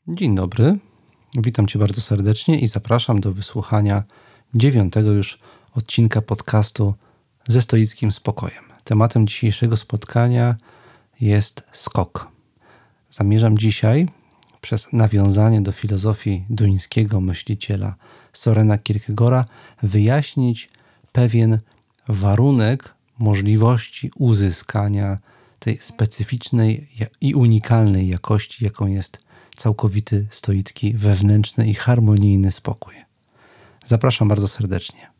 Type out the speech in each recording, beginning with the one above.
Dzień dobry, witam Cię bardzo serdecznie i zapraszam do wysłuchania 9. już odcinka podcastu ze stoickim spokojem. Tematem dzisiejszego spotkania jest skok. Zamierzam dzisiaj przez nawiązanie do filozofii duńskiego myśliciela Sorena Kierkegaarda wyjaśnić pewien warunek możliwości uzyskania tej specyficznej i unikalnej jakości, jaką jest całkowity, stoicki, wewnętrzny i harmonijny spokój. Zapraszam bardzo serdecznie.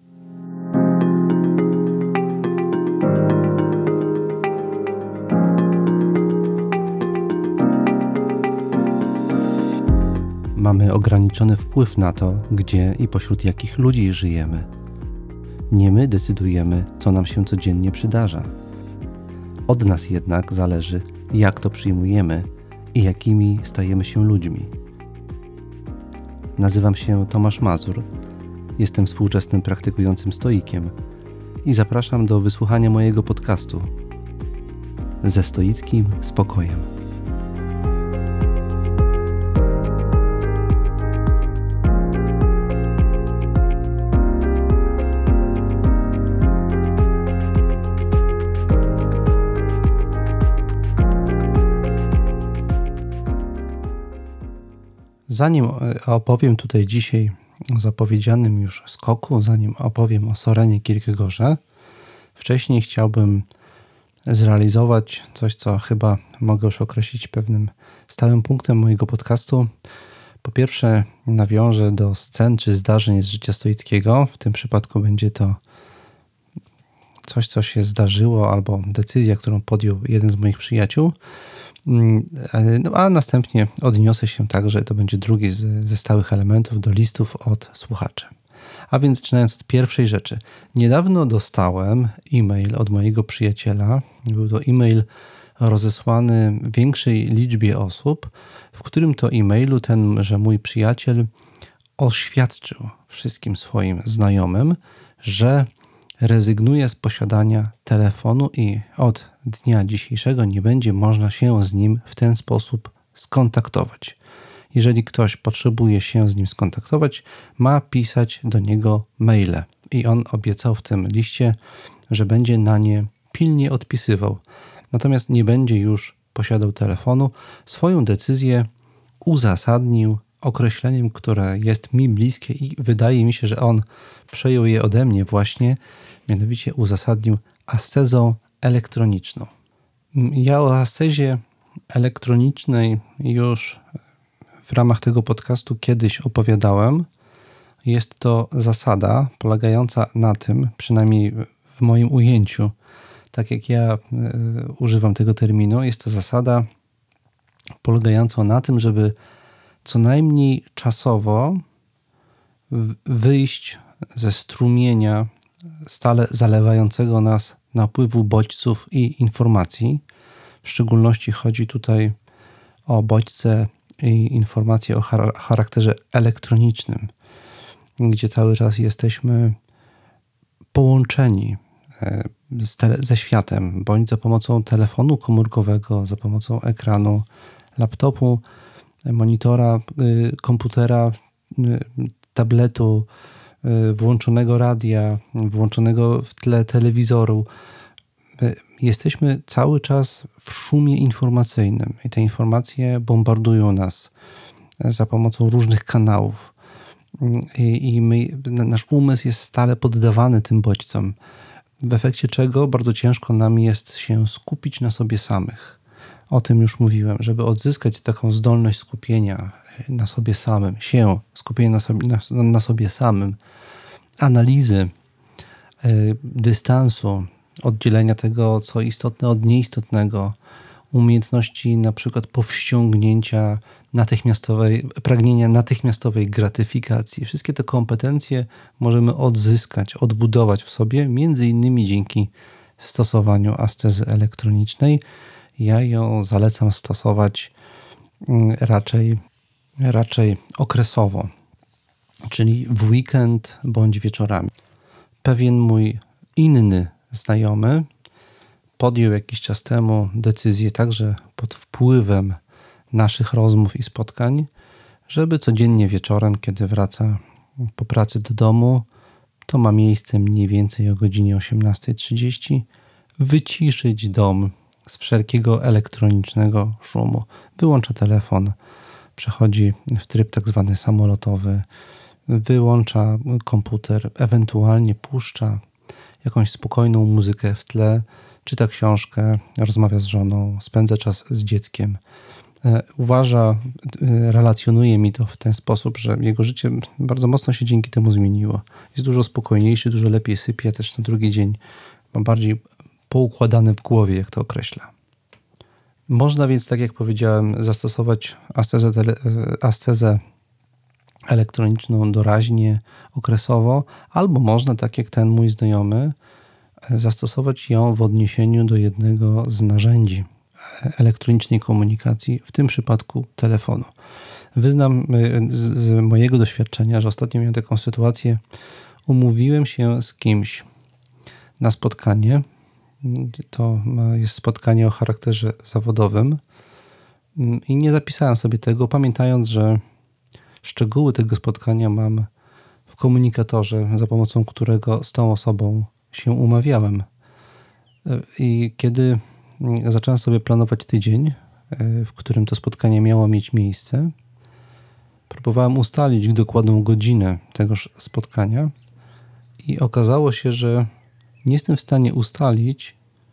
Mamy ograniczony wpływ na to, gdzie i pośród jakich ludzi żyjemy. Nie my decydujemy, co nam się codziennie przydarza. Od nas jednak zależy, jak to przyjmujemy i jakimi stajemy się ludźmi. Nazywam się Tomasz Mazur, jestem współczesnym praktykującym stoikiem i zapraszam do wysłuchania mojego podcastu ze stoickim spokojem. Zanim opowiem tutaj dzisiaj o zapowiedzianym już skoku, zanim opowiem o Sorenie Kierkegaardzie, wcześniej chciałbym zrealizować coś, co chyba mogę już określić pewnym stałym punktem mojego podcastu. Po pierwsze, nawiążę do scen czy zdarzeń z życia stoickiego. W tym przypadku będzie to coś, co się zdarzyło, albo decyzja, którą podjął jeden z moich przyjaciół. A następnie odniosę się także, to będzie drugi ze stałych elementów, do listów od słuchaczy. A więc zaczynając od pierwszej rzeczy. Niedawno dostałem e-mail od mojego przyjaciela. Był to e-mail rozesłany większej liczbie osób, w którym to e-mailu tenże mój przyjaciel oświadczył wszystkim swoim znajomym, że rezygnuje z posiadania telefonu i od dnia dzisiejszego nie będzie można się z nim w ten sposób skontaktować. Jeżeli ktoś potrzebuje się z nim skontaktować, ma pisać do niego maile. I on obiecał w tym liście, że będzie na nie pilnie odpisywał. Natomiast nie będzie już posiadał telefonu. Swoją decyzję uzasadnił określeniem, które jest mi bliskie i wydaje mi się, że on przejął je ode mnie właśnie, mianowicie uzasadnił ascezą elektroniczną. Ja o ascezie elektronicznej już w ramach tego podcastu kiedyś opowiadałem. Jest to zasada polegająca na tym, przynajmniej w moim ujęciu, tak jak ja używam tego terminu, jest to zasada polegająca na tym, żeby co najmniej czasowo wyjść ze strumienia stale zalewającego nas napływu bodźców i informacji. W szczególności chodzi tutaj o bodźce i informacje o charakterze elektronicznym, gdzie cały czas jesteśmy połączeni ze światem, bądź za pomocą telefonu komórkowego, za pomocą ekranu, laptopu, monitora, komputera, tabletu, włączonego radia, włączonego w tle telewizoru. Jesteśmy cały czas w szumie informacyjnym i te informacje bombardują nas za pomocą różnych kanałów i nasz umysł jest stale poddawany tym bodźcom, w efekcie czego bardzo ciężko nam jest się skupić na sobie samych. O tym już mówiłem, żeby odzyskać taką zdolność skupienia na sobie samym, skupienia na sobie samym, analizy, dystansu, oddzielenia tego, co istotne od nieistotnego, umiejętności na przykład powściągnięcia pragnienia natychmiastowej gratyfikacji. Wszystkie te kompetencje możemy odzyskać, odbudować w sobie, między innymi dzięki stosowaniu ascezy elektronicznej. Ja ją zalecam stosować raczej okresowo, czyli w weekend bądź wieczorami. Pewien mój inny znajomy podjął jakiś czas temu decyzję, także pod wpływem naszych rozmów i spotkań, żeby codziennie wieczorem, kiedy wraca po pracy do domu, to ma miejsce mniej więcej o godzinie 18:30, wyciszyć dom z wszelkiego elektronicznego szumu. Wyłącza telefon, przechodzi w tryb tak zwany samolotowy, wyłącza komputer, ewentualnie puszcza jakąś spokojną muzykę w tle, czyta książkę, rozmawia z żoną, spędza czas z dzieckiem. Relacjonuje mi to w ten sposób, że jego życie bardzo mocno się dzięki temu zmieniło. Jest dużo spokojniejszy, dużo lepiej sypie, też na drugi dzień ma bardziej poukładane w głowie, jak to określa. Można więc, tak jak powiedziałem, zastosować ascezę elektroniczną doraźnie, okresowo, albo można, tak jak ten mój znajomy, zastosować ją w odniesieniu do jednego z narzędzi elektronicznej komunikacji, w tym przypadku telefonu. Wyznam z mojego doświadczenia, że ostatnio miałem taką sytuację. Umówiłem się z kimś na spotkanie. To jest spotkanie o charakterze zawodowym i nie zapisałem sobie tego, pamiętając, że szczegóły tego spotkania mam w komunikatorze, za pomocą którego z tą osobą się umawiałem. I kiedy zacząłem sobie planować tydzień, w którym to spotkanie miało mieć miejsce, próbowałem ustalić dokładną godzinę tegoż spotkania i okazało się, że nie jestem w stanie ustalić,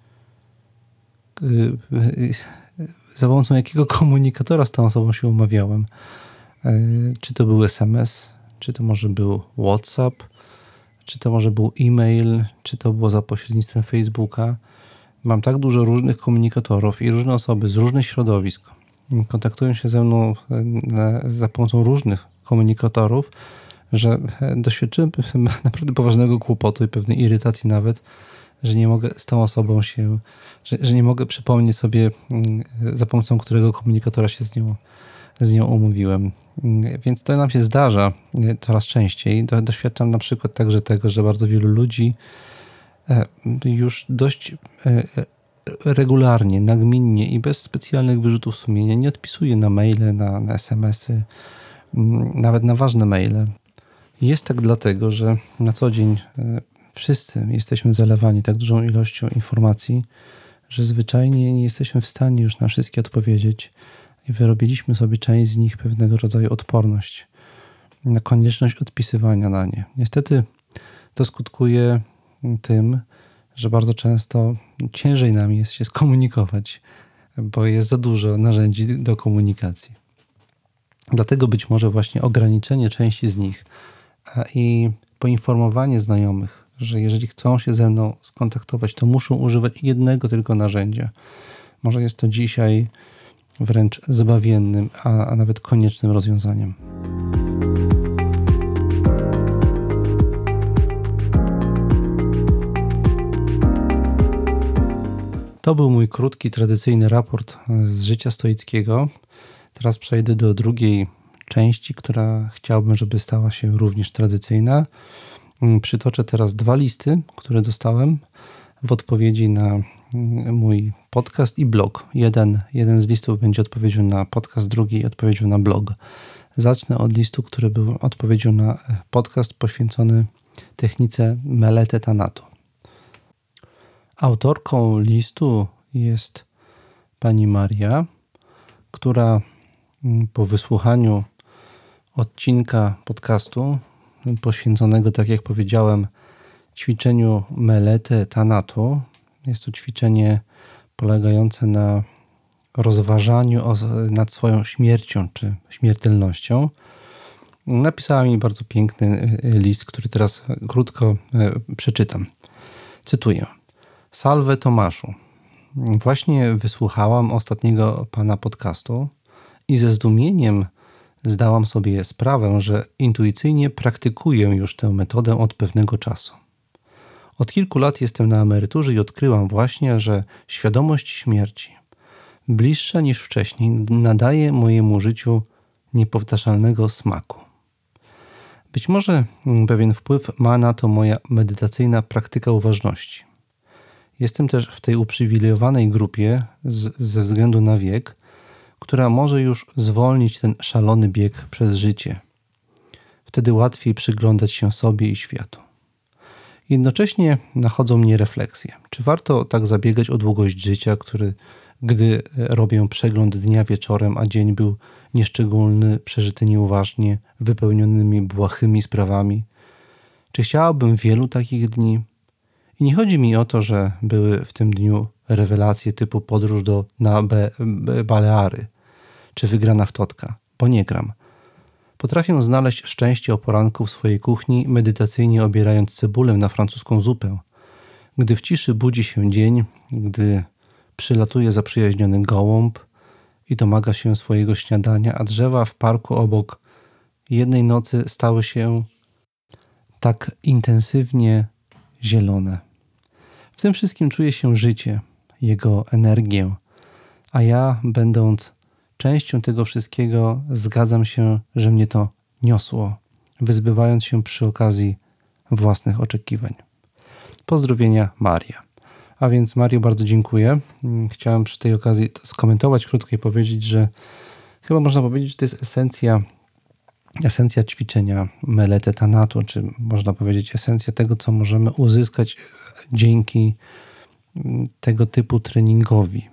za pomocą jakiego komunikatora z tą osobą się umawiałem. Czy to był SMS, czy to może był WhatsApp, czy to może był e-mail, czy to było za pośrednictwem Facebooka. Mam tak dużo różnych komunikatorów i różne osoby z różnych środowisk kontaktują się ze mną za pomocą różnych komunikatorów, że doświadczyłem naprawdę poważnego kłopotu i pewnej irytacji nawet, że nie mogę z tą osobą że nie mogę przypomnieć sobie, za pomocą którego komunikatora się z nią umówiłem. Więc to nam się zdarza coraz częściej. Doświadczam na przykład także tego, że bardzo wielu ludzi już dość regularnie, nagminnie i bez specjalnych wyrzutów sumienia nie odpisuje na maile, na SMS-y, nawet na ważne maile. Jest tak dlatego, że na co dzień wszyscy jesteśmy zalewani tak dużą ilością informacji, że zwyczajnie nie jesteśmy w stanie już na wszystkie odpowiedzieć i wyrobiliśmy sobie część z nich pewnego rodzaju odporność na konieczność odpisywania na nie. Niestety to skutkuje tym, że bardzo często ciężej nam jest się skomunikować, bo jest za dużo narzędzi do komunikacji. Dlatego być może właśnie ograniczenie części z nich i poinformowanie znajomych, że jeżeli chcą się ze mną skontaktować, to muszą używać jednego tylko narzędzia. Może jest to dzisiaj wręcz zbawiennym, a nawet koniecznym rozwiązaniem. To był mój krótki, tradycyjny raport z życia stoickiego. Teraz przejdę do drugiej części, która chciałbym, żeby stała się również tradycyjna. Przytoczę teraz 2 listy, które dostałem w odpowiedzi na mój podcast i blog. Jeden z listów będzie odpowiedzią na podcast, drugi odpowiedzią na blog. Zacznę od listu, który był odpowiedzią na podcast poświęcony technice Melete Thanatu. Autorką listu jest pani Maria, która po wysłuchaniu odcinka podcastu poświęconego, tak jak powiedziałem, ćwiczeniu Melete Thanatu. Jest to ćwiczenie polegające na rozważaniu nad swoją śmiercią czy śmiertelnością. Napisała mi bardzo piękny list, który teraz krótko przeczytam. Cytuję. Salve Tomaszu. Właśnie wysłuchałam ostatniego pana podcastu i ze zdumieniem zdałam sobie sprawę, że intuicyjnie praktykuję już tę metodę od pewnego czasu. Od kilku lat jestem na emeryturze i odkryłam właśnie, że świadomość śmierci, bliższa niż wcześniej, nadaje mojemu życiu niepowtarzalnego smaku. Być może pewien wpływ ma na to moja medytacyjna praktyka uważności. Jestem też w tej uprzywilejowanej grupie ze względu na wiek, która może już zwolnić ten szalony bieg przez życie. Wtedy łatwiej przyglądać się sobie i światu. Jednocześnie nachodzą mnie refleksje. Czy warto tak zabiegać o długość życia, gdy robię przegląd dnia wieczorem, a dzień był nieszczególny, przeżyty nieuważnie, wypełnionymi błahymi sprawami? Czy chciałabym wielu takich dni? I nie chodzi mi o to, że były w tym dniu rewelacje typu podróż na Baleary, czy wygrana w totka, bo nie gram. Potrafię znaleźć szczęście o poranku w swojej kuchni, medytacyjnie obierając cebulę na francuską zupę. Gdy w ciszy budzi się dzień, gdy przylatuje zaprzyjaźniony gołąb i domaga się swojego śniadania, a drzewa w parku obok jednej nocy stały się tak intensywnie zielone. W tym wszystkim czuje się życie, jego energię, a ja, będąc częścią tego wszystkiego, zgadzam się, że mnie to niosło, wyzbywając się przy okazji własnych oczekiwań. Pozdrowienia, Maria. A więc Mario, bardzo dziękuję. Chciałem przy tej okazji skomentować krótko i powiedzieć, że chyba można powiedzieć, że to jest esencja ćwiczenia Melete Tanatu, czy można powiedzieć esencja tego, co możemy uzyskać dzięki tego typu treningowi.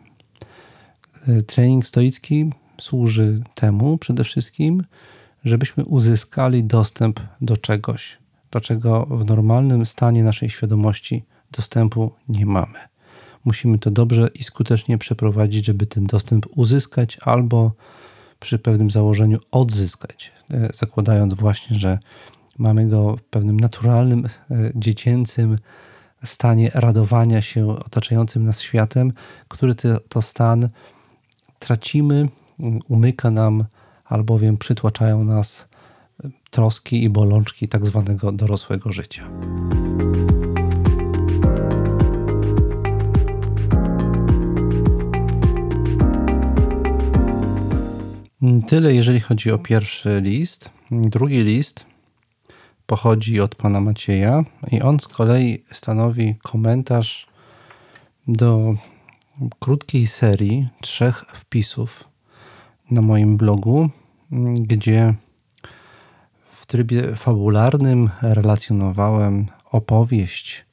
Trening stoicki służy temu przede wszystkim, żebyśmy uzyskali dostęp do czegoś, do czego w normalnym stanie naszej świadomości dostępu nie mamy. Musimy to dobrze i skutecznie przeprowadzić, żeby ten dostęp uzyskać albo przy pewnym założeniu odzyskać, zakładając właśnie, że mamy go w pewnym naturalnym, dziecięcym stanie radowania się otaczającym nas światem, który to stan tracimy, umyka nam, albowiem przytłaczają nas troski i bolączki tak zwanego dorosłego życia. Tyle, jeżeli chodzi o pierwszy list. Drugi list pochodzi od pana Macieja i on z kolei stanowi komentarz do krótkiej serii 3 wpisów na moim blogu, gdzie w trybie fabularnym relacjonowałem opowieść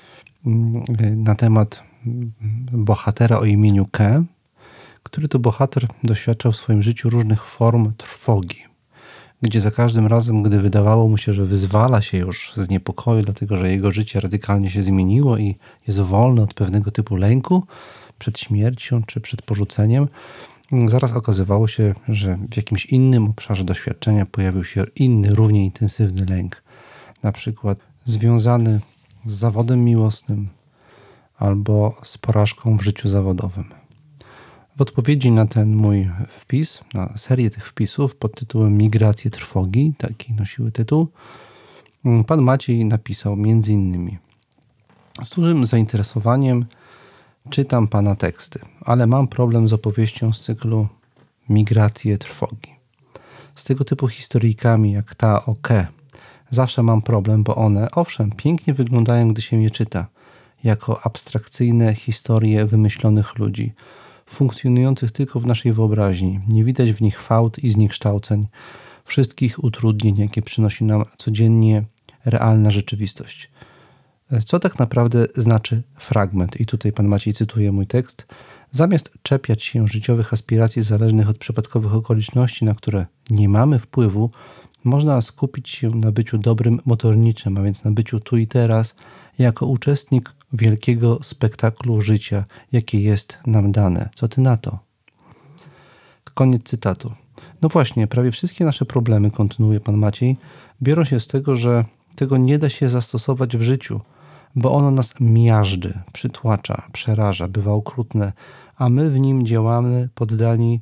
na temat bohatera o imieniu Ke, który to bohater doświadczał w swoim życiu różnych form trwogi, gdzie za każdym razem, gdy wydawało mu się, że wyzwala się już z niepokoju, dlatego że jego życie radykalnie się zmieniło i jest wolne od pewnego typu lęku przed śmiercią czy przed porzuceniem, zaraz okazywało się, że w jakimś innym obszarze doświadczenia pojawił się inny, równie intensywny lęk, na przykład związany z zawodem miłosnym albo z porażką w życiu zawodowym. W odpowiedzi na ten mój wpis, na serię tych wpisów pod tytułem Migracje trwogi, taki nosiły tytuł, pan Maciej napisał m.in. Z dużym zainteresowaniem czytam pana teksty, ale mam problem z opowieścią z cyklu Migracje trwogi. Z tego typu historyjkami jak ta o Ke zawsze mam problem, bo one, owszem, pięknie wyglądają, gdy się je czyta, jako abstrakcyjne historie wymyślonych ludzi, funkcjonujących tylko w naszej wyobraźni. Nie widać w nich fałd i zniekształceń, wszystkich utrudnień, jakie przynosi nam codziennie realna rzeczywistość. Co tak naprawdę znaczy fragment? I tutaj pan Maciej cytuje mój tekst. Zamiast czepiać się życiowych aspiracji zależnych od przypadkowych okoliczności, na które nie mamy wpływu, można skupić się na byciu dobrym motorniczym, a więc na byciu tu i teraz, jako uczestnik wielkiego spektaklu życia, jakie jest nam dane. Co ty na to? Koniec cytatu. No właśnie, prawie wszystkie nasze problemy, kontynuuje pan Maciej, biorą się z tego, że tego nie da się zastosować w życiu, bo ono nas miażdży, przytłacza, przeraża, bywa okrutne, a my w nim działamy poddani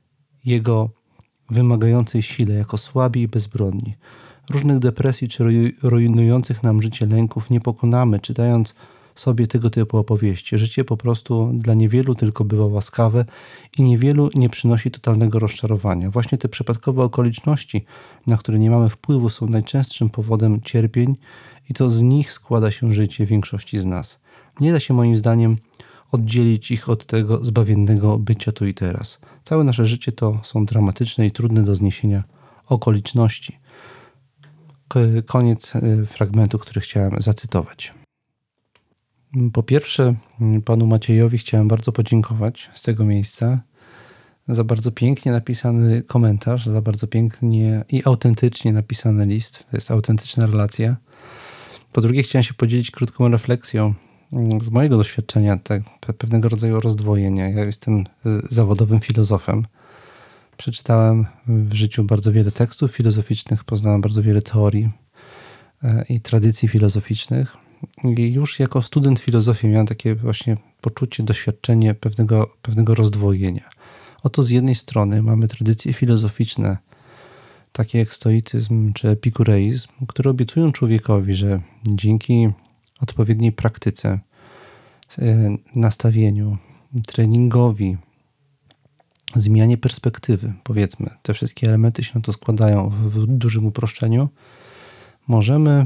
jego wymagającej sile, jako słabi i bezbronni. Różnych depresji czy rujnujących nam życie lęków nie pokonamy, czytając sobie tego typu opowieści. Życie po prostu dla niewielu tylko bywa łaskawe i niewielu nie przynosi totalnego rozczarowania. Właśnie te przypadkowe okoliczności, na które nie mamy wpływu, są najczęstszym powodem cierpień i to z nich składa się życie większości z nas. Nie da się moim zdaniem oddzielić ich od tego zbawiennego bycia tu i teraz. Całe nasze życie to są dramatyczne i trudne do zniesienia okoliczności. Koniec fragmentu, który chciałem zacytować. Po pierwsze, panu Maciejowi chciałem bardzo podziękować z tego miejsca za bardzo pięknie napisany komentarz, za bardzo pięknie i autentycznie napisany list. To jest autentyczna relacja. Po drugie, chciałem się podzielić krótką refleksją z mojego doświadczenia, pewnego rodzaju rozdwojenia. Ja jestem zawodowym filozofem. Przeczytałem w życiu bardzo wiele tekstów filozoficznych, poznałem bardzo wiele teorii i tradycji filozoficznych. I już jako student filozofii miałem takie właśnie poczucie, doświadczenie pewnego rozdwojenia. Oto z jednej strony mamy tradycje filozoficzne, takie jak stoicyzm czy epikureizm, które obiecują człowiekowi, że dzięki odpowiedniej praktyce, nastawieniu, treningowi, zmianie perspektywy, powiedzmy, te wszystkie elementy się na to składają w dużym uproszczeniu, możemy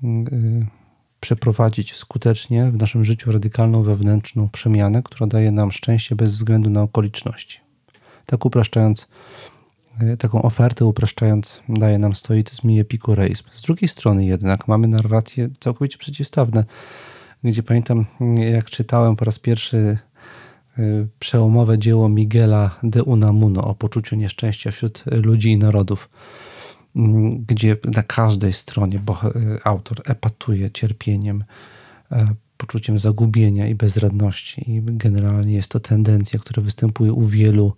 przeprowadzić skutecznie w naszym życiu radykalną wewnętrzną przemianę, która daje nam szczęście bez względu na okoliczności. Tak upraszczając, taką ofertę upraszczając, daje nam stoicyzm i epikureizm. Z drugiej strony jednak mamy narracje całkowicie przeciwstawne, gdzie pamiętam, jak czytałem po raz pierwszy przełomowe dzieło Miguela de Unamuno o poczuciu nieszczęścia wśród ludzi i narodów, gdzie na każdej stronie autor epatuje cierpieniem, poczuciem zagubienia i bezradności. I generalnie jest to tendencja, która występuje u wielu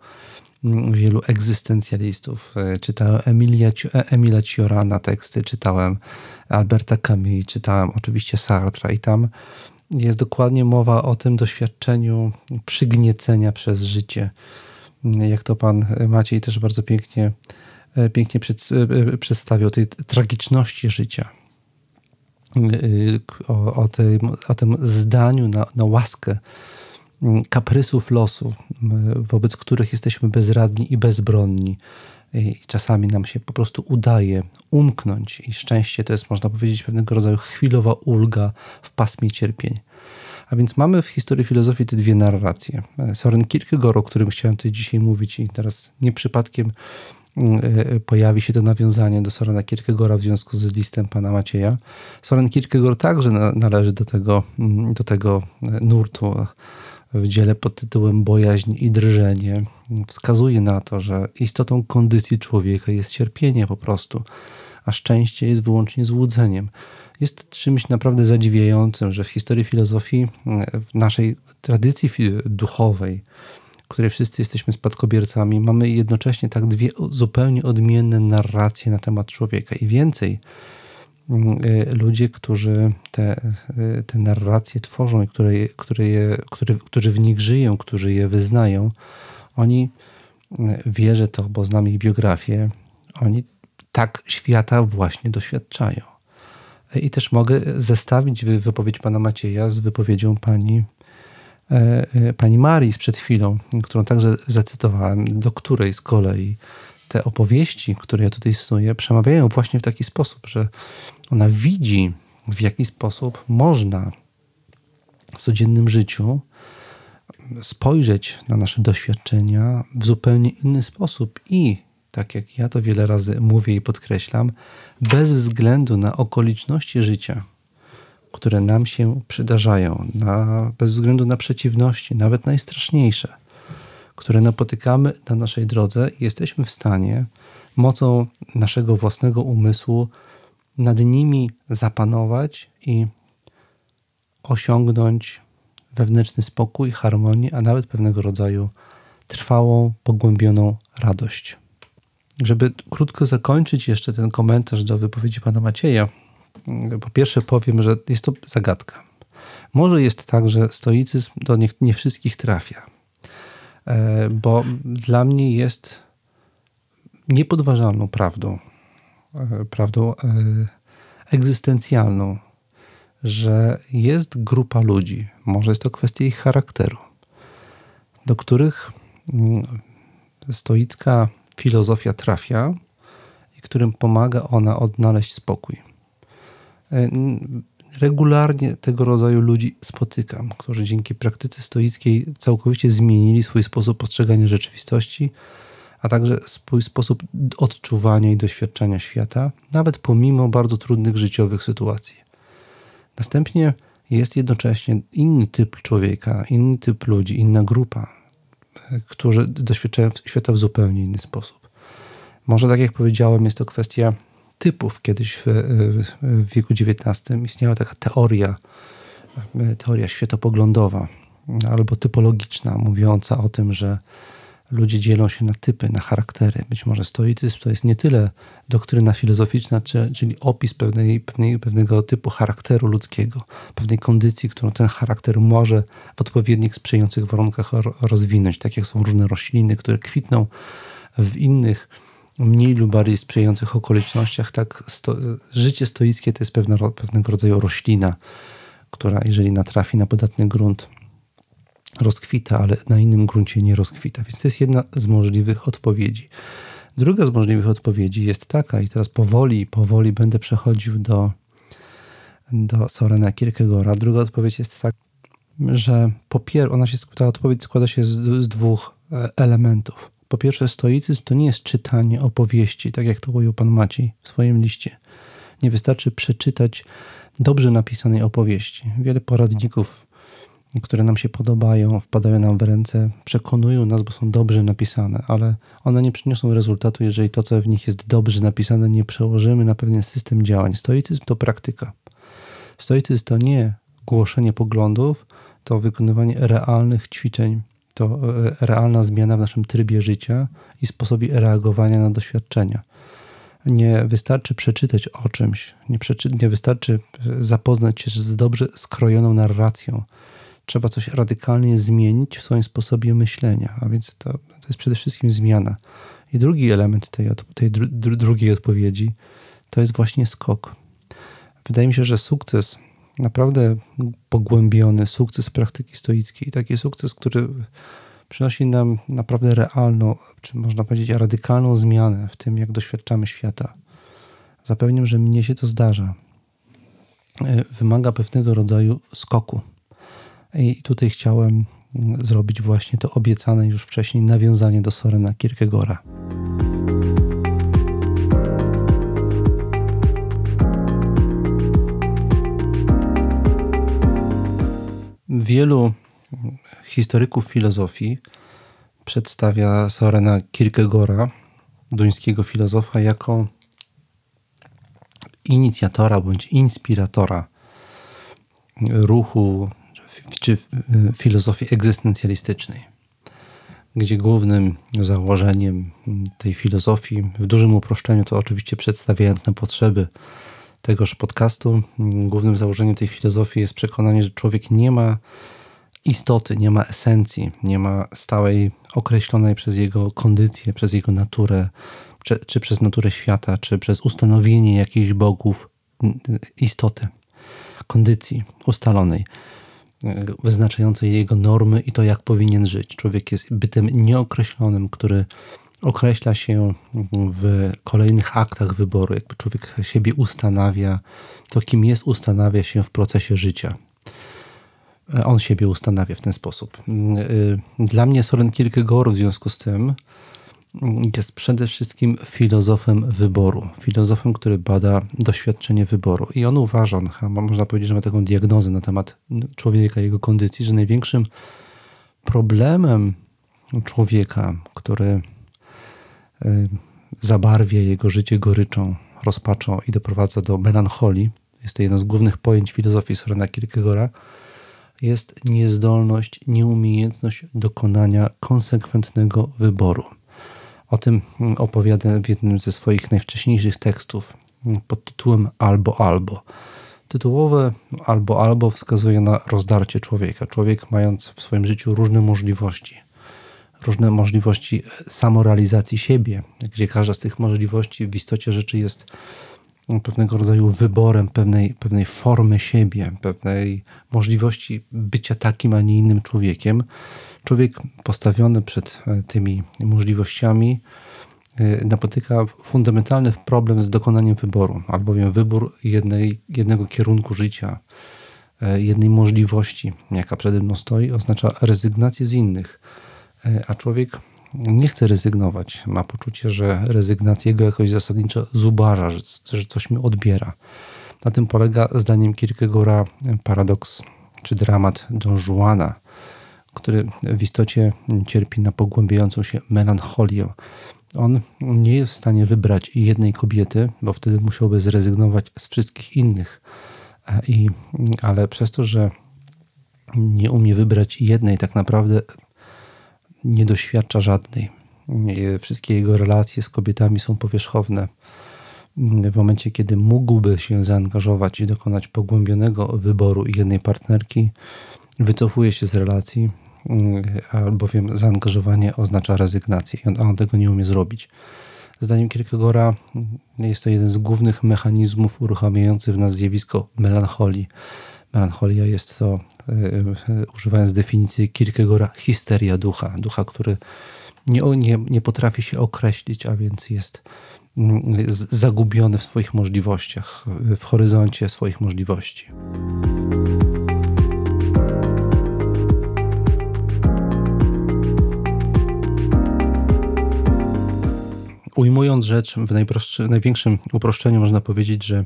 egzystencjalistów. Czytałem Emila Ciorana teksty, czytałem Alberta Camus, czytałem oczywiście Sartra i tam jest dokładnie mowa o tym doświadczeniu przygniecenia przez życie. Jak to pan Maciej też bardzo pięknie przedstawił, tej tragiczności życia. O tym zdaniu na łaskę kaprysów losu, wobec których jesteśmy bezradni i bezbronni. I czasami nam się po prostu udaje umknąć i szczęście to jest, można powiedzieć, pewnego rodzaju chwilowa ulga w pasmie cierpień. A więc mamy w historii filozofii te dwie narracje. Søren Kierkegaard, o którym chciałem tutaj dzisiaj mówić i teraz nie przypadkiem pojawi się to nawiązanie do Sørena Kierkegaarda w związku z listem pana Macieja. Søren Kierkegaard także należy do tego nurtu w dziele pod tytułem Bojaźń i drżenie. Wskazuje na to, że istotą kondycji człowieka jest cierpienie po prostu, a szczęście jest wyłącznie złudzeniem. Jest czymś naprawdę zadziwiającym, że w historii filozofii, w naszej tradycji duchowej, której wszyscy jesteśmy spadkobiercami, mamy jednocześnie tak dwie zupełnie odmienne narracje na temat człowieka. I więcej, ludzie, którzy te narracje tworzą i którzy w nich żyją, którzy je wyznają, oni, wierzę to, bo znam ich biografię, oni tak świata właśnie doświadczają. I też mogę zestawić wypowiedź pana Macieja z wypowiedzią pani Marii sprzed chwilą, którą także zacytowałem, do której z kolei te opowieści, które ja tutaj cytuję, przemawiają właśnie w taki sposób, że ona widzi, w jaki sposób można w codziennym życiu spojrzeć na nasze doświadczenia w zupełnie inny sposób i, tak jak ja to wiele razy mówię i podkreślam, bez względu na okoliczności życia, które nam się przydarzają, bez względu na przeciwności, nawet najstraszniejsze, które napotykamy na naszej drodze, jesteśmy w stanie mocą naszego własnego umysłu nad nimi zapanować i osiągnąć wewnętrzny spokój, harmonię, a nawet pewnego rodzaju trwałą, pogłębioną radość. Żeby krótko zakończyć jeszcze ten komentarz do wypowiedzi pana Macieja, po pierwsze powiem, że jest to zagadka. Może jest tak, że stoicyzm do nie wszystkich trafia, bo dla mnie jest niepodważalną prawdą egzystencjalną, że jest grupa ludzi, może jest to kwestia ich charakteru, do których stoicka filozofia trafia i którym pomaga ona odnaleźć spokój. regularnie tego rodzaju ludzi spotykam, którzy dzięki praktyce stoickiej całkowicie zmienili swój sposób postrzegania rzeczywistości, a także swój sposób odczuwania i doświadczania świata, nawet pomimo bardzo trudnych życiowych sytuacji. Następnie jest jednocześnie inny typ człowieka, inny typ ludzi, inna grupa, którzy doświadczają świata w zupełnie inny sposób. Może tak jak powiedziałem, jest to kwestia typów. Kiedyś w wieku XIX istniała taka teoria światopoglądowa albo typologiczna, mówiąca o tym, że ludzie dzielą się na typy, na charaktery. Być może stoicyzm to jest nie tyle doktryna filozoficzna, czyli opis pewnego typu charakteru ludzkiego, pewnej kondycji, którą ten charakter może w odpowiednich, sprzyjających warunkach rozwinąć. Tak jak są różne rośliny, które kwitną w innych, mniej lub bardziej sprzyjających okolicznościach, tak życie stoickie to jest pewnego rodzaju roślina, która jeżeli natrafi na podatny grunt, rozkwita, ale na innym gruncie nie rozkwita. Więc to jest jedna z możliwych odpowiedzi. Druga z możliwych odpowiedzi jest taka, i teraz powoli będę przechodził do Sorena Kierkegaarda. Druga odpowiedź jest taka, że ta odpowiedź składa się z dwóch elementów. Po pierwsze, stoicyzm to nie jest czytanie opowieści, tak jak to ujął pan Maciej w swoim liście. Nie wystarczy przeczytać dobrze napisanej opowieści. Wiele poradników, które nam się podobają, wpadają nam w ręce, przekonują nas, bo są dobrze napisane, ale one nie przyniosą rezultatu, jeżeli to, co w nich jest dobrze napisane, nie przełożymy na pewien system działań. Stoicyzm to praktyka. Stoicyzm to nie głoszenie poglądów, to wykonywanie realnych ćwiczeń, to realna zmiana w naszym trybie życia i sposobie reagowania na doświadczenia. Nie wystarczy przeczytać o czymś, nie wystarczy zapoznać się z dobrze skrojoną narracją. Trzeba coś radykalnie zmienić w swoim sposobie myślenia, a więc to jest przede wszystkim zmiana. I drugi element tej drugiej odpowiedzi to jest właśnie skok. Wydaje mi się, że sukces, naprawdę pogłębiony sukces praktyki stoickiej, taki sukces, który przynosi nam naprawdę realną, czy można powiedzieć radykalną zmianę w tym, jak doświadczamy świata. Zapewniam, że mnie się to zdarza. Wymaga pewnego rodzaju skoku. I tutaj chciałem zrobić właśnie to obiecane już wcześniej nawiązanie do Sorena Kierkegaarda. Wielu historyków filozofii przedstawia Sorena Kierkegaarda, duńskiego filozofa, jako inicjatora bądź inspiratora ruchu czy filozofii egzystencjalistycznej, gdzie głównym założeniem tej filozofii, w dużym uproszczeniu to oczywiście przedstawiając na potrzeby tegoż podcastu, głównym założeniem tej filozofii jest przekonanie, że człowiek nie ma istoty, nie ma esencji, nie ma stałej, określonej przez jego kondycję, przez jego naturę, czy przez naturę świata, czy przez ustanowienie jakichś bogów istoty, kondycji ustalonej, wyznaczającej jego normy i to, jak powinien żyć. Człowiek jest bytem nieokreślonym, który określa się w kolejnych aktach wyboru. Jakby człowiek siebie ustanawia, to kim jest, ustanawia się w procesie życia. On siebie ustanawia w ten sposób. Dla mnie Soren Kierkegaard w związku z tym jest przede wszystkim filozofem wyboru. Filozofem, który bada doświadczenie wyboru. I on uważa, można powiedzieć, że ma taką diagnozę na temat człowieka, jego kondycji, że największym problemem człowieka, który zabarwia jego życie goryczą, rozpaczą i doprowadza do melancholii, jest to jedno z głównych pojęć filozofii Sorena Kierkegaarda, jest niezdolność, nieumiejętność dokonania konsekwentnego wyboru. O tym opowiada w jednym ze swoich najwcześniejszych tekstów pod tytułem Albo. Tytułowe Albo wskazuje na rozdarcie człowieka. Człowiek, mając w swoim życiu różne możliwości samorealizacji siebie, gdzie każda z tych możliwości w istocie rzeczy jest pewnego rodzaju wyborem pewnej formy siebie, pewnej możliwości bycia takim, a nie innym człowiekiem. Człowiek postawiony przed tymi możliwościami napotyka fundamentalny problem z dokonaniem wyboru, albowiem wybór jednego kierunku życia, jednej możliwości, jaka przede mną stoi, oznacza rezygnację z innych. A człowiek nie chce rezygnować. Ma poczucie, że rezygnacja go jakoś zasadniczo zubaża, że coś mi odbiera. Na tym polega, zdaniem Kierkegaarda, paradoks czy dramat Don Juana, który w istocie cierpi na pogłębiającą się melancholię. On nie jest w stanie wybrać jednej kobiety, bo wtedy musiałby zrezygnować z wszystkich innych. Ale przez to, że nie umie wybrać jednej, tak naprawdę nie doświadcza żadnej. Wszystkie jego relacje z kobietami są powierzchowne. W momencie, kiedy mógłby się zaangażować i dokonać pogłębionego wyboru jednej partnerki, wycofuje się z relacji, albowiem zaangażowanie oznacza rezygnację, a on tego nie umie zrobić. Zdaniem Kierkegaarda jest to jeden z głównych mechanizmów uruchamiających w nas zjawisko melancholii. Melancholia jest to, używając definicji Kierkegaarda, histeria ducha. Ducha, który nie potrafi się określić, a więc jest zagubiony w swoich możliwościach, w horyzoncie swoich możliwości. Ujmując rzecz w największym uproszczeniu, można powiedzieć, że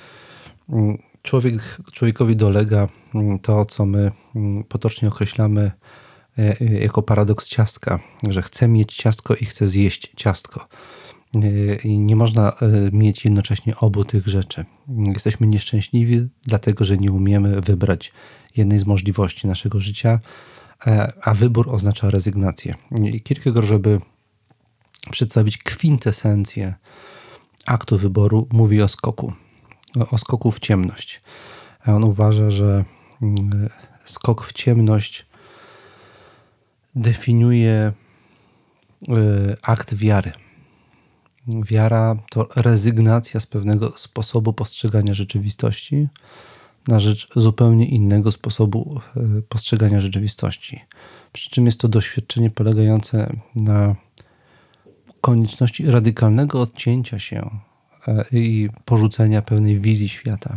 człowiekowi dolega to, co my potocznie określamy jako paradoks ciastka, że chce mieć ciastko i chce zjeść ciastko. I nie można mieć jednocześnie obu tych rzeczy. Jesteśmy nieszczęśliwi, dlatego że nie umiemy wybrać jednej z możliwości naszego życia, a wybór oznacza rezygnację. I Kierkegaard, żeby przedstawić kwintesencję aktu wyboru, mówi o skoku w ciemność. A on uważa, że skok w ciemność definiuje akt wiary. Wiara to rezygnacja z pewnego sposobu postrzegania rzeczywistości na rzecz zupełnie innego sposobu postrzegania rzeczywistości. Przy czym jest to doświadczenie polegające na konieczności radykalnego odcięcia się i porzucenia pewnej wizji świata.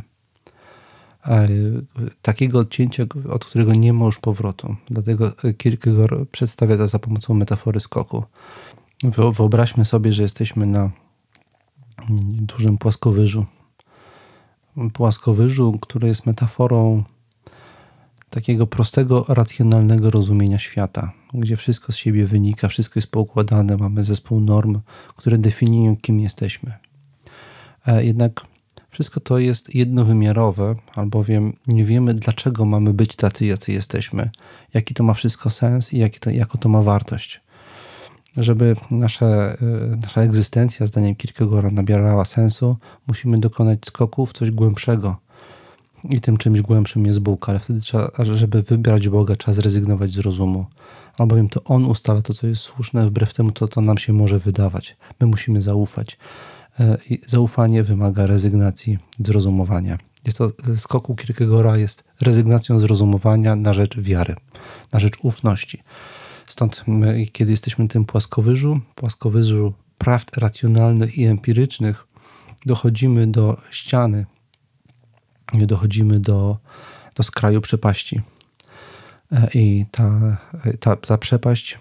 Takiego odcięcia, od którego nie ma już powrotu. Dlatego Kierkegaard przedstawia to za pomocą metafory skoku. Wyobraźmy sobie, że jesteśmy na dużym płaskowyżu. Płaskowyżu, który jest metaforą takiego prostego, racjonalnego rozumienia świata, gdzie wszystko z siebie wynika, wszystko jest poukładane, mamy zespół norm, które definiują, kim jesteśmy. Jednak wszystko to jest jednowymiarowe, albowiem nie wiemy, dlaczego mamy być tacy, jacy jesteśmy, jaki to ma wszystko sens i jaką to ma wartość. Żeby nasza egzystencja, zdaniem Kierkegaarda, nabierała sensu, musimy dokonać skoku w coś głębszego. I tym czymś głębszym jest Bóg, ale wtedy żeby wybrać Boga, trzeba zrezygnować z rozumu. Albowiem to On ustala to, co jest słuszne, wbrew temu to, co nam się może wydawać. My musimy zaufać. I zaufanie wymaga rezygnacji z rozumowania. Skok u Kierkegaarda jest rezygnacją z rozumowania na rzecz wiary, na rzecz ufności. Stąd kiedy jesteśmy na tym płaskowyżu prawd racjonalnych i empirycznych, dochodzimy do ściany, dochodzimy do skraju przepaści. I ta przepaść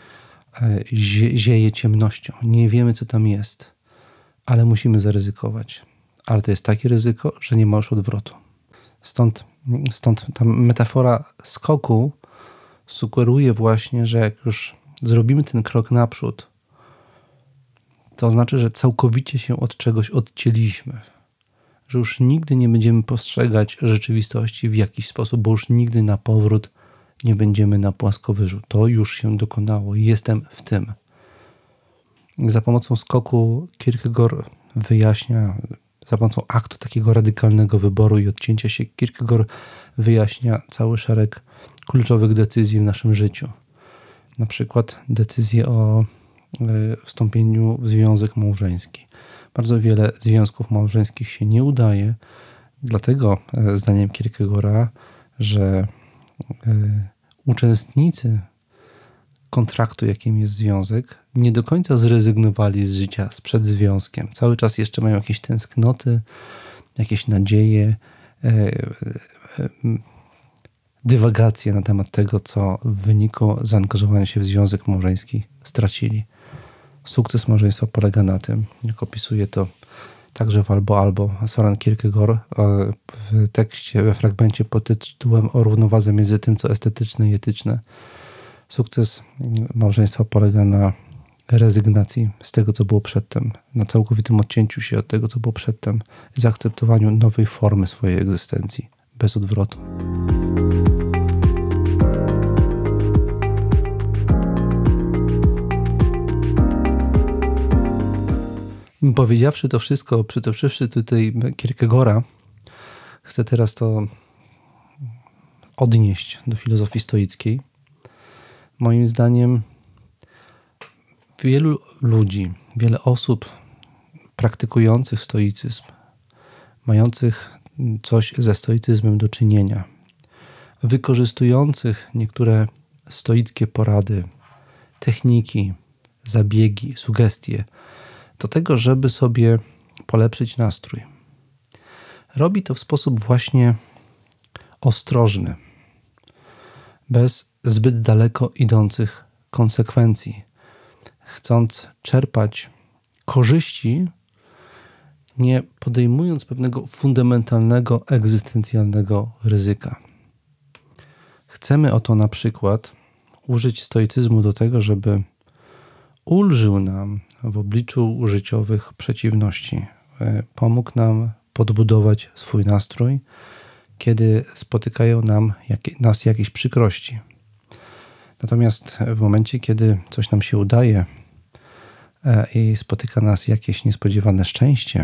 zieje ciemnością. Nie wiemy, co tam jest, ale musimy zaryzykować. Ale to jest takie ryzyko, że nie ma już odwrotu. Stąd ta metafora skoku sugeruje właśnie, że jak już zrobimy ten krok naprzód, to znaczy, że całkowicie się od czegoś odcięliśmy. Że już nigdy nie będziemy postrzegać rzeczywistości w jakiś sposób, bo już nigdy na powrót nie będziemy na płaskowyżu. To już się dokonało. Jestem w tym. Za pomocą skoku Kierkegaard wyjaśnia, za pomocą aktu takiego radykalnego wyboru i odcięcia się, Kierkegaard wyjaśnia cały szereg kluczowych decyzji w naszym życiu. Na przykład decyzję o wstąpieniu w związek małżeński. Bardzo wiele związków małżeńskich się nie udaje, dlatego zdaniem Kierkegaarda, że uczestnicy kontraktu, jakim jest związek, nie do końca zrezygnowali z życia sprzed związkiem. Cały czas jeszcze mają jakieś tęsknoty, jakieś nadzieje, dywagacje na temat tego, co w wyniku zaangażowania się w związek małżeński stracili. Sukces małżeństwa polega na tym, jak opisuje to także w Albo Soren Kierkegaard w tekście, we fragmencie pod tytułem o równowadze między tym, co estetyczne i etyczne. Sukces małżeństwa polega na rezygnacji z tego, co było przedtem, na całkowitym odcięciu się od tego, co było przedtem i zaakceptowaniu nowej formy swojej egzystencji, bez odwrotu. Powiedziawszy to wszystko, przytoczywszy tutaj Kierkegaarda, chcę teraz to odnieść do filozofii stoickiej. Moim zdaniem wielu ludzi, wiele osób praktykujących stoicyzm, mających coś ze stoicyzmem do czynienia, wykorzystujących niektóre stoickie porady, techniki, zabiegi, sugestie do tego, żeby sobie polepszyć nastrój. Robi to w sposób właśnie ostrożny, bez zbyt daleko idących konsekwencji, chcąc czerpać korzyści, nie podejmując pewnego fundamentalnego, egzystencjalnego ryzyka. Chcemy oto na przykład użyć stoicyzmu do tego, żeby ulżył nam w obliczu życiowych przeciwności. Pomógł nam podbudować swój nastrój, kiedy spotykają nas jakieś przykrości. Natomiast w momencie, kiedy coś nam się udaje i spotyka nas jakieś niespodziewane szczęście,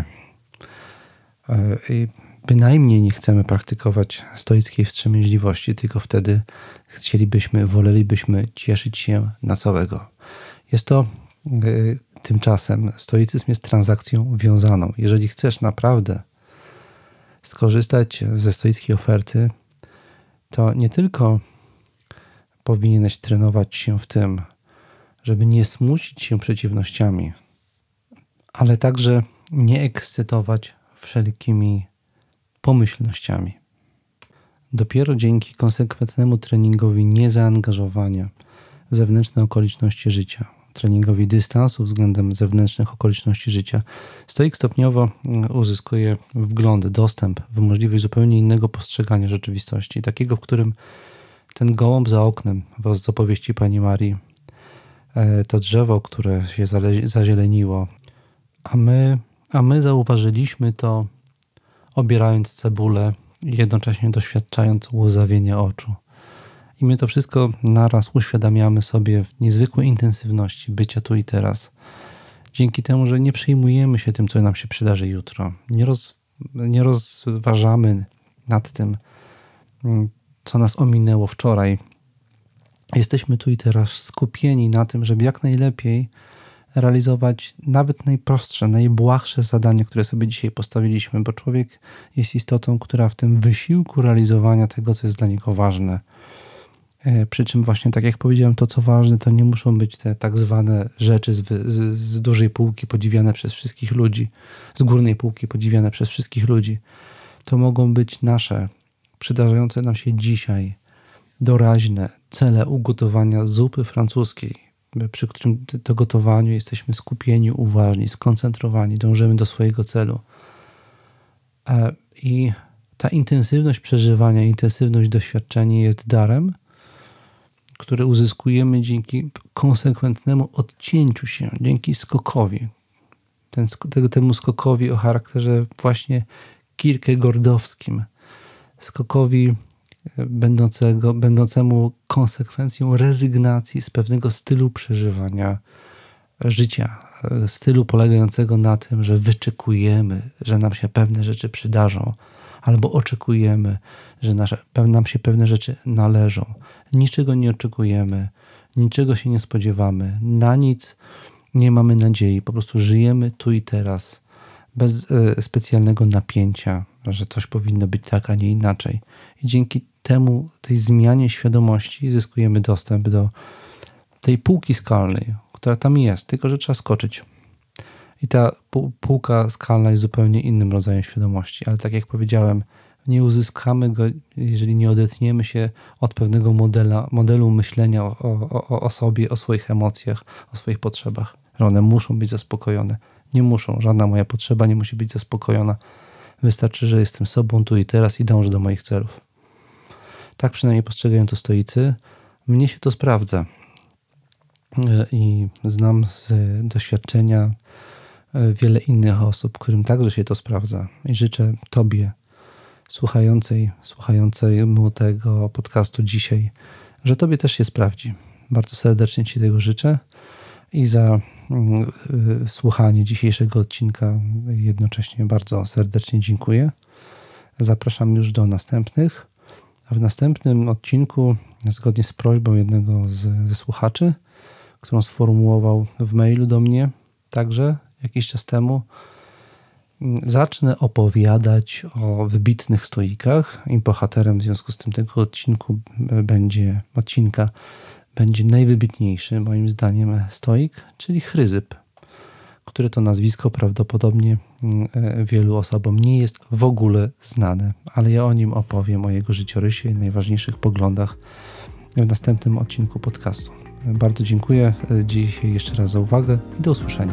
i bynajmniej nie chcemy praktykować stoickiej wstrzemięźliwości, tylko wtedy wolelibyśmy cieszyć się na całego. Jest to tymczasem, stoicyzm jest transakcją wiązaną. Jeżeli chcesz naprawdę skorzystać ze stoickiej oferty, to nie tylko powinieneś trenować się w tym, żeby nie smucić się przeciwnościami, ale także nie ekscytować wszelkimi pomyślnościami. Dopiero dzięki konsekwentnemu treningowi niezaangażowania w zewnętrzne okoliczności życia, treningowi dystansu względem zewnętrznych okoliczności życia, stoik stopniowo uzyskuje wgląd, dostęp w możliwość zupełnie innego postrzegania rzeczywistości, takiego, w którym ten gołąb za oknem z opowieści pani Marii, to drzewo, które się zazieleniło, a my zauważyliśmy to, obierając cebulę i jednocześnie doświadczając łzawienia oczu. I my to wszystko naraz uświadamiamy sobie w niezwykłej intensywności bycia tu i teraz. Dzięki temu, że nie przejmujemy się tym, co nam się przydarzy jutro. Nie rozważamy nad tym, co nas ominęło wczoraj. Jesteśmy tu i teraz skupieni na tym, żeby jak najlepiej realizować nawet najprostsze, najbłahsze zadania, które sobie dzisiaj postawiliśmy, bo człowiek jest istotą, która w tym wysiłku realizowania tego, co jest dla niego ważne. Przy czym właśnie, tak jak powiedziałem, to co ważne, to nie muszą być te tak zwane rzeczy z dużej półki podziwiane przez wszystkich ludzi, z górnej półki podziwiane przez wszystkich ludzi. To mogą być nasze, przydarzające nam się dzisiaj, doraźne cele ugotowania zupy francuskiej, przy którym to gotowaniu jesteśmy skupieni, uważni, skoncentrowani, dążymy do swojego celu. I ta intensywność przeżywania, intensywność doświadczenia jest darem, który uzyskujemy dzięki konsekwentnemu odcięciu się, dzięki skokowi. Temu skokowi o charakterze właśnie kierkegaardowskim. Skokowi będącemu konsekwencją rezygnacji z pewnego stylu przeżywania życia. Stylu polegającego na tym, że wyczekujemy, że nam się pewne rzeczy przydarzą, albo oczekujemy, że nam się pewne rzeczy należą. Niczego nie oczekujemy, niczego się nie spodziewamy, na nic nie mamy nadziei. Po prostu żyjemy tu i teraz, bez specjalnego napięcia, że coś powinno być tak, a nie inaczej. I dzięki tej zmianie świadomości zyskujemy dostęp do tej półki skalnej, która tam jest, tylko że trzeba skoczyć. I ta półka skalna jest zupełnie innym rodzajem świadomości, ale tak jak powiedziałem, nie uzyskamy go, jeżeli nie odetniemy się od pewnego modelu myślenia o sobie, o swoich emocjach, o swoich potrzebach. Że one muszą być zaspokojone. Nie muszą. Żadna moja potrzeba nie musi być zaspokojona. Wystarczy, że jestem sobą tu i teraz i dążę do moich celów. Tak przynajmniej postrzegają to stoicy. Mnie się to sprawdza. I znam z doświadczenia wiele innych osób, którym także się to sprawdza. I życzę Tobie, słuchającemu tego podcastu dzisiaj, że Tobie też się sprawdzi. Bardzo serdecznie Ci tego życzę i za słuchanie dzisiejszego odcinka jednocześnie bardzo serdecznie dziękuję. Zapraszam już do następnych. A w następnym odcinku, zgodnie z prośbą jednego ze słuchaczy, którą sformułował w mailu do mnie także jakiś czas temu, zacznę opowiadać o wybitnych stoikach i bohaterem w związku z tym tego odcinka będzie najwybitniejszy moim zdaniem stoik, czyli Chryzyp, które to nazwisko prawdopodobnie wielu osobom nie jest w ogóle znane, ale ja o nim opowiem, o jego życiorysie i najważniejszych poglądach w następnym odcinku podcastu. Bardzo dziękuję dzisiaj jeszcze raz za uwagę i do usłyszenia.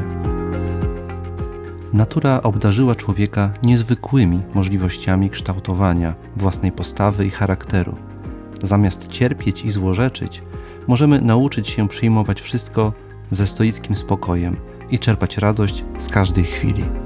Natura obdarzyła człowieka niezwykłymi możliwościami kształtowania własnej postawy i charakteru. Zamiast cierpieć i złorzeczyć, możemy nauczyć się przyjmować wszystko ze stoickim spokojem i czerpać radość z każdej chwili.